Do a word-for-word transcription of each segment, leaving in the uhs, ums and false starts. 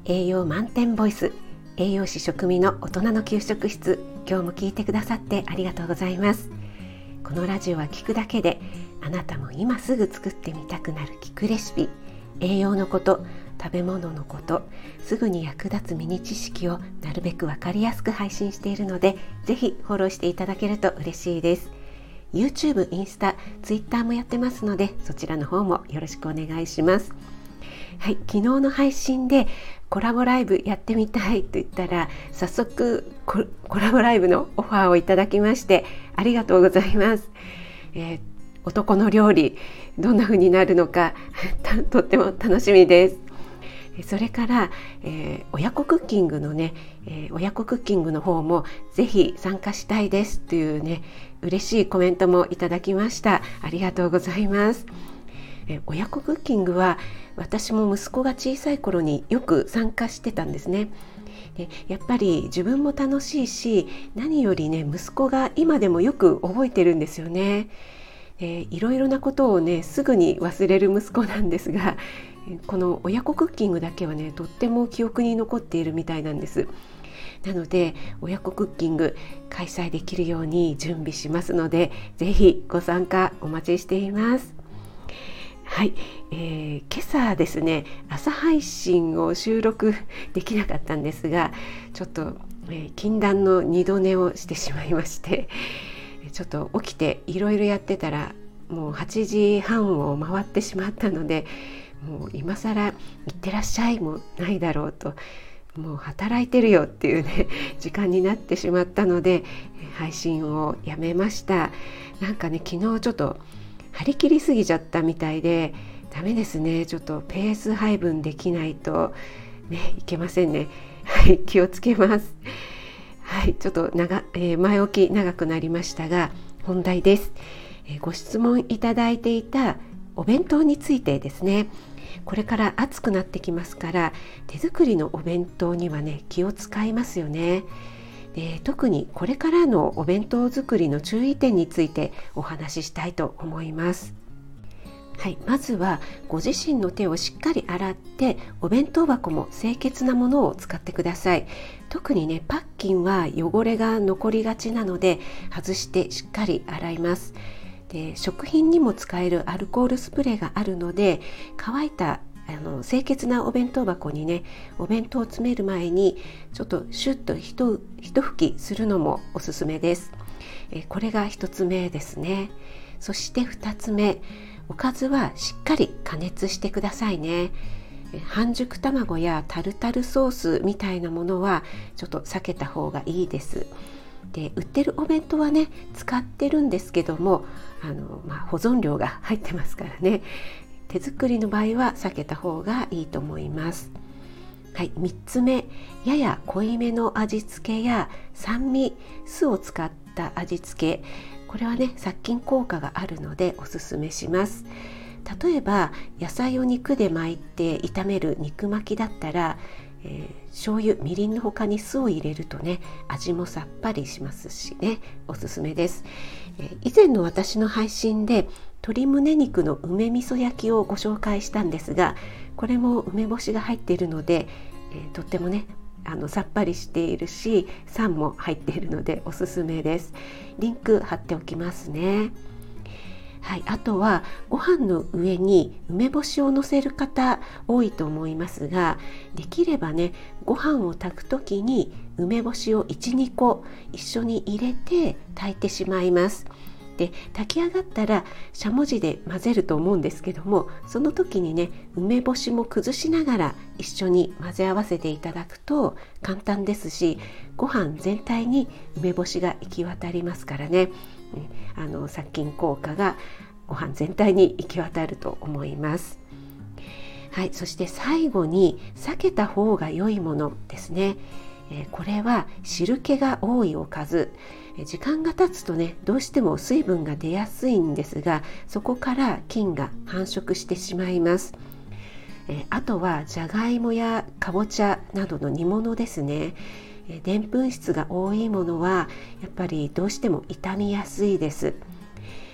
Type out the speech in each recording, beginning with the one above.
栄養満点ボイス、栄養士食味の大人の給食室。今日も聞いてくださってありがとうございます。このラジオは聞くだけであなたも今すぐ作ってみたくなる聞くレシピ、栄養のこと、食べ物のこと、すぐに役立つミニ知識をなるべくわかりやすく配信しているので、ぜひフォローしていただけると嬉しいです。 YouTube、インスタ、Twitter もやってますので、そちらの方もよろしくお願いします。はい、昨日の配信でコラボライブやってみたいと言ったら、早速コラボライブのオファーをいただきましてありがとうございます。えー、男の料理どんな風になるのかとっても楽しみです。それから、えー、親子クッキングのね、えー、親子クッキングの方もぜひ参加したいですというね、嬉しいコメントもいただきました。ありがとうございます。えー、親子クッキングは私も息子が小さい頃によく参加してたんですね。でやっぱり自分も楽しいし、何よりね、息子が今でもよく覚えてるんですよね。えー、いろいろなことをねすぐに忘れる息子なんですが、この親子クッキングだけはねとっても記憶に残っているみたいなんです。なので親子クッキング開催できるように準備しますので、ぜひご参加お待ちしています。はい、えー、今朝ですね、朝配信を収録できなかったんですが、ちょっと、えー、禁断の二度寝をしてしまいまして、ちょっと起きていろいろやってたらもうはちじはんを回ってしまったので、もう今更行ってらっしゃいもないだろうと、もう働いてるよっていうね時間になってしまったので、配信をやめました。なんかね、昨日ちょっと張り切りすぎちゃったみたいでダメですね。ちょっとペース配分できないとねいけませんね。はい、気をつけます。はい、ちょっと長、えー、前置き長くなりましたが本題です。えー、ご質問いただいていたお弁当についてですね。これから暑くなってきますから、手作りのお弁当にはね気を使いますよね。で特にこれからのお弁当作りの注意点についてお話ししたいと思います。はい、まずはご自身の手をしっかり洗って、お弁当箱も清潔なものを使ってください。特にね、パッキンは汚れが残りがちなので外してしっかり洗います。で食品にも使えるアルコールスプレーがあるので、乾いたあの清潔なお弁当箱にねお弁当を詰める前にちょっとシュッとひと吹きするのもおすすめです。えこれがひとつめですね。そしてふたつめ、おかずはしっかり加熱してくださいね。半熟卵やタルタルソースみたいなものはちょっと避けた方がいいです。で売ってるお弁当はね使ってるんですけども、あの、まあ、保存料が入ってますからね、手作りの場合は避けた方がいいと思います。はい、みっつめ、やや濃いめの味付けや酸味、酢を使った味付け、これはね殺菌効果があるのでおすすめします。例えば野菜を肉で巻いて炒める肉巻きだったら、えー、醤油、みりんの他に酢を入れるとね味もさっぱりしますしね、おすすめです。えー、以前の私の配信で鶏胸肉の梅味噌焼きをご紹介したんですが、これも梅干しが入っているので、えー、とってもねあのさっぱりしているし酸も入っているのでおすすめです。リンク貼っておきますね。はい、あとはご飯の上に梅干しを乗せる方多いと思いますが、できればねご飯を炊くときに梅干しを いちにこ一緒に入れて炊いてしまいます。で炊き上がったらしゃもじで混ぜると思うんですけども、その時にね梅干しも崩しながら一緒に混ぜ合わせていただくと簡単ですし、ご飯全体に梅干しが行き渡りますからね、あの殺菌効果がご飯全体に行き渡ると思います。はい、そして最後に避けた方が良いものですね。えー、これは汁気が多いおかず。時間が経つとねどうしても水分が出やすいんですが、そこから菌が繁殖してしまいます。えー、あとはじゃがいもやかぼちゃなどの煮物ですね。でんぷん質が多いものはやっぱりどうしても傷みやすいです。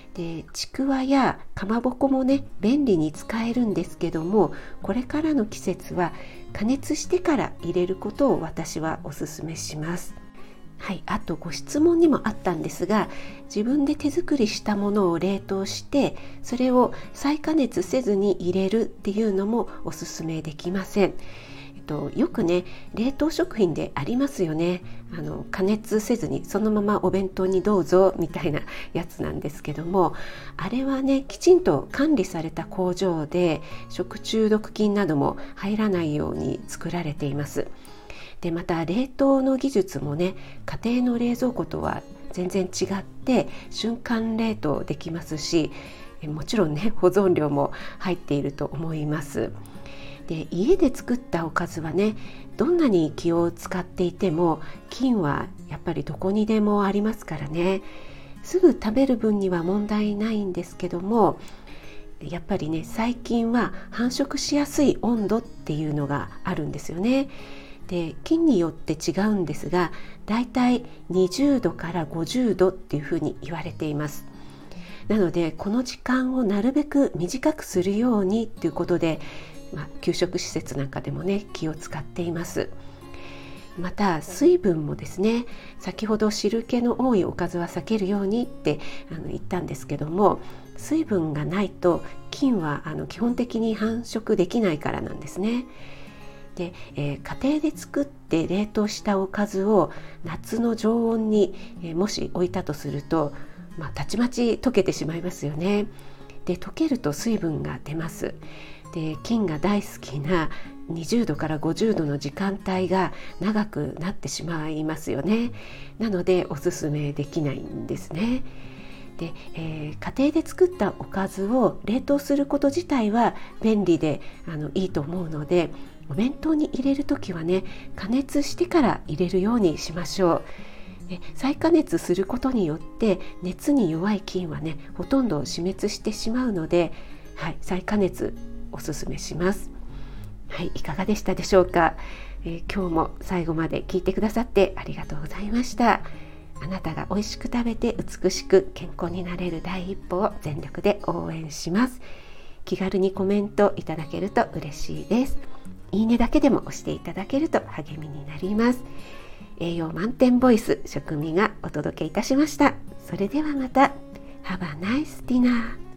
でちくわやかまぼこもね便利に使えるんですけども、これからの季節は加熱してから入れることを私はおすすめします。はい、あとご質問にもあったんですが、自分で手作りしたものを冷凍してそれを再加熱せずに入れるっていうのもおすすめできません。えっと、よくね冷凍食品でありますよね。あの加熱せずにそのままお弁当にどうぞみたいなやつなんですけども、あれはねきちんと管理された工場で食中毒菌なども入らないように作られています。でまた冷凍の技術もね家庭の冷蔵庫とは全然違って瞬間冷凍できますし、もちろんね保存料も入っていると思います。で家で作ったおかずはねどんなに気を使っていても菌はやっぱりどこにでもありますからね、すぐ食べる分には問題ないんですけども、やっぱりね細菌は繁殖しやすい温度っていうのがあるんですよね。で菌によって違うんですが、だいたいにじゅうどからごじゅうどっていうふうに言われています。なのでこの時間をなるべく短くするようにということで、まあ、給食施設なんかでもね気を使っています。また水分もですね、先ほど汁気の多いおかずは避けるようにってあの言ったんですけども、水分がないと菌はあの基本的に繁殖できないからなんですね。で、えー、家庭で作って冷凍したおかずを夏の常温に、えー、もし置いたとすると、まあ、たちまち溶けてしまいますよね。で溶けると水分が出ます。で菌が大好きなにじゅうどからごじゅうどの時間帯が長くなってしまいますよね。なのでおすすめできないんですね。で、えー、家庭で作ったおかずを冷凍すること自体は便利であのいいと思うので、お弁当に入れるときはね加熱してから入れるようにしましょう。で再加熱することによって熱に弱い菌はねほとんど死滅してしまうので、はい、再加熱おすすめします。はい、いかがでしたでしょうか。えー、今日も最後まで聞いてくださってありがとうございました。あなたが美味しく食べて美しく健康になれる第一歩を全力で応援します。気軽にコメントいただけると嬉しいです。いいねだけでも押していただけると励みになります。栄養満点ボイス食味がお届けいたしました。それではまた。Have a nice dinner.